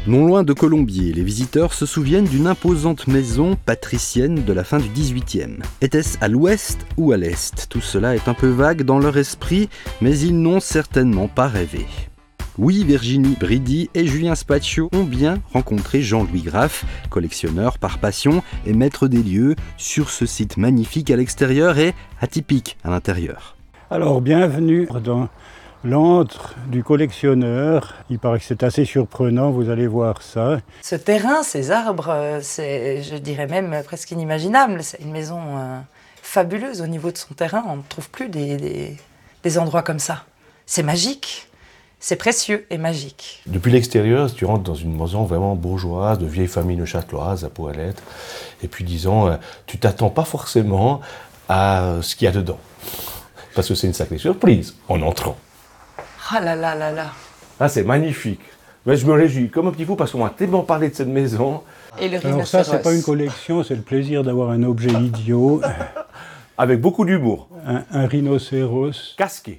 Non loin de Colombier, les visiteurs se souviennent d'une imposante maison patricienne de la fin du XVIIIe. Était-ce à l'ouest ou à l'est? Tout cela est un peu vague dans leur esprit, mais ils n'ont certainement pas rêvé. Oui, Virginie Bridy et Julien Spaccio ont bien rencontré Jean-Louis Graff, collectionneur par passion et maître des lieux, sur ce site magnifique à l'extérieur et atypique à l'intérieur. Alors, bienvenue dans l'antre du collectionneur. Il paraît que c'est assez surprenant, vous allez voir ça. Ce terrain, ces arbres, c'est, je dirais même presque inimaginable. C'est une maison fabuleuse au niveau de son terrain. On ne trouve plus des endroits comme ça. C'est magique. C'est précieux et magique. Depuis l'extérieur, tu rentres dans une maison vraiment bourgeoise, de vieille famille neuchâteloise, à Poilette. Et puis disons, tu t'attends pas forcément à ce qu'il y a dedans. Parce que c'est une sacrée surprise en entrant. Ah là là là là. Ah, c'est magnifique. Mais je me réjouis comme un petit fou parce qu'on m'a tellement parlé de cette maison. Et le Alors ça, c'est pas une collection, c'est le plaisir d'avoir un objet idiot. Avec beaucoup d'humour. Un rhinocéros. Casqué.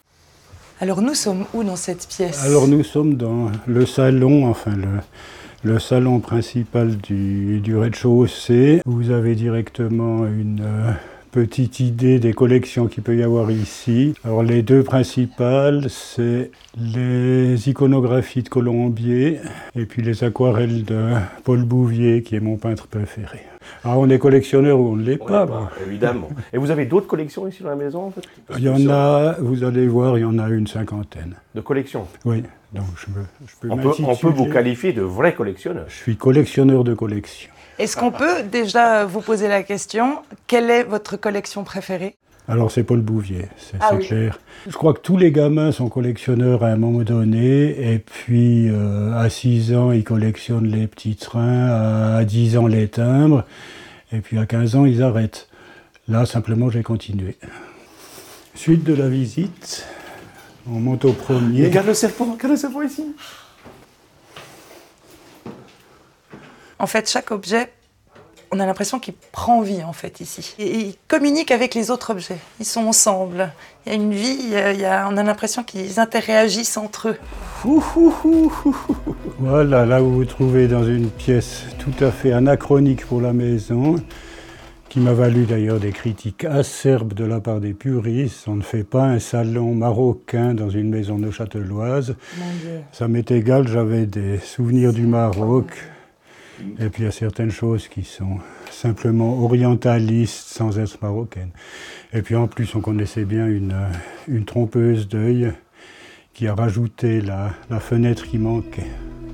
Alors nous sommes où dans cette pièce? Alors nous sommes dans le salon, enfin le salon principal du rez-de-chaussée. Vous avez directement une petite idée des collections qu'il peut y avoir ici. Alors les deux principales, c'est les iconographies de Colombier et puis les aquarelles de Paul Bouvier, qui est mon peintre préféré. Alors on est collectionneur ou on ne l'est pas. Bon. Évidemment. Et vous avez d'autres collections ici dans la maison en fait? Il y en a, vous allez voir, il y en a une cinquantaine. De collections? Oui, donc je peux on peut vous qualifier de vrai collectionneur. Je suis collectionneur de collections. Est-ce qu'on peut déjà vous poser la question, quelle est votre collection préférée? Alors c'est Paul Bouvier, c'est oui. clair. Je crois que tous les gamins sont collectionneurs à un moment donné, et puis à 6 ans ils collectionnent les petits trains, à 10 ans les timbres, et puis à 15 ans ils arrêtent. Là simplement j'ai continué. Suite de la visite, on monte au premier. Regarde le serpent ici. En fait, chaque objet, on a l'impression qu'il prend vie, en fait, ici. Et il communique avec les autres objets. Ils sont ensemble. Il y a une vie, on a l'impression qu'ils interagissent entre eux. Voilà, là vous vous trouvez dans une pièce tout à fait anachronique pour la maison, qui m'a valu d'ailleurs des critiques acerbes de la part des puristes. On ne fait pas un salon marocain dans une maison neuchâteloise. Mon Dieu. Ça m'est égal, j'avais des souvenirs du Maroc. Et puis il y a certaines choses qui sont simplement orientalistes sans être marocaines. Et puis en plus on connaissait bien une trompeuse d'œil qui a rajouté la fenêtre qui manquait.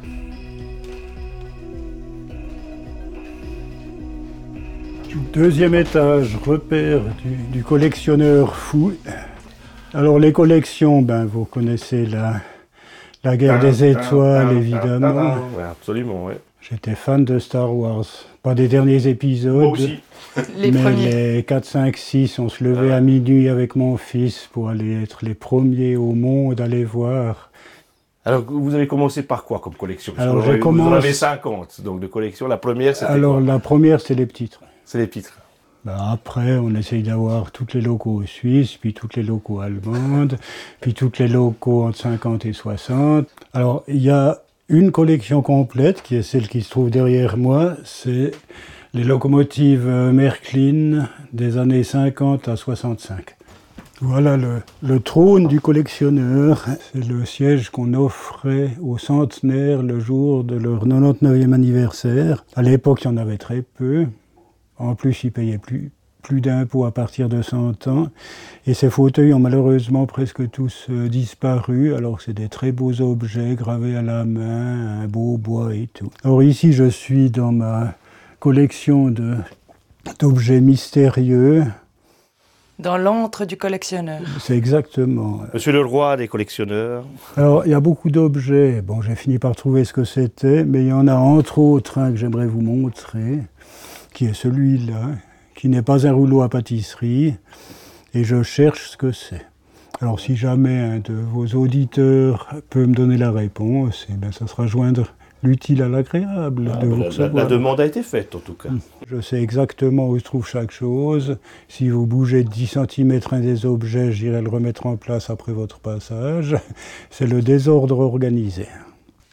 Deuxième étage, repère du collectionneur fou. Alors les collections, vous connaissez la guerre des étoiles évidemment. Oui, absolument, oui. J'étais fan de Star Wars. Pas des derniers épisodes, Moi aussi. Les mais premiers. les 4, 5, 6, on se levait à minuit avec mon fils pour aller être les premiers au monde, aller voir. Alors, vous avez commencé par quoi comme collection? Alors, vous en avez 50, donc de collection. La première, c'était Alors, quoi? la première, c'est les petits trains. C'est les titres. Après, on essaye d'avoir toutes les locaux suisses, puis toutes les locaux allemandes, puis toutes les locaux entre 50 et 60. Alors, il y a une collection complète, qui est celle qui se trouve derrière moi, c'est les locomotives Märklin des années 50 à 65. Voilà le trône du collectionneur. C'est le siège qu'on offrait aux centenaires le jour de leur 99e anniversaire. À l'époque, il y en avait très peu. En plus, ils payaient plus d'impôts à partir de 100 ans. Et ces fauteuils ont malheureusement presque tous disparu, alors que c'est des très beaux objets gravés à la main, un beau bois et tout. Alors ici, je suis dans ma collection d'objets mystérieux. Dans l'antre du collectionneur. C'est exactement. Monsieur le roi des collectionneurs. Alors, il y a beaucoup d'objets. Bon, j'ai fini par trouver ce que c'était, mais il y en a entre autres un que j'aimerais vous montrer, qui est celui-là, qui n'est pas un rouleau à pâtisserie, et je cherche ce que c'est. Alors si jamais un de vos auditeurs peut me donner la réponse, ça sera joindre l'utile à l'agréable de vous recevoir. La demande a été faite en tout cas. Je sais exactement où se trouve chaque chose. Si vous bougez de 10 cm un des objets, j'irai le remettre en place après votre passage. C'est le désordre organisé.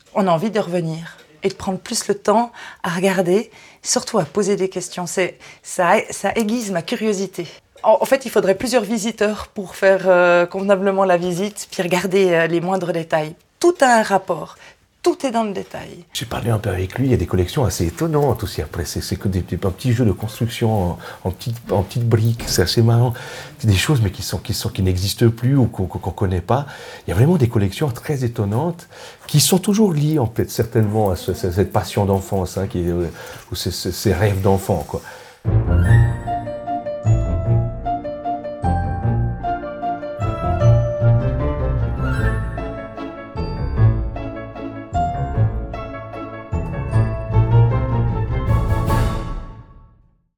on a envie de revenir et de prendre plus le temps à regarder, surtout à poser des questions. Ça aiguise ma curiosité. En fait, il faudrait plusieurs visiteurs pour faire convenablement la visite, puis regarder les moindres détails. Tout a un rapport. Tout est dans le détail. J'ai parlé un peu avec lui, il y a des collections assez étonnantes aussi. Après, c'est que des petits jeux de construction en petites briques, c'est assez marrant. C'est des choses mais qui n'existent plus ou qu'on ne connaît pas. Il y a vraiment des collections très étonnantes qui sont toujours liées en fait, certainement à cette passion d'enfance, hein, ou ces rêves d'enfant, quoi.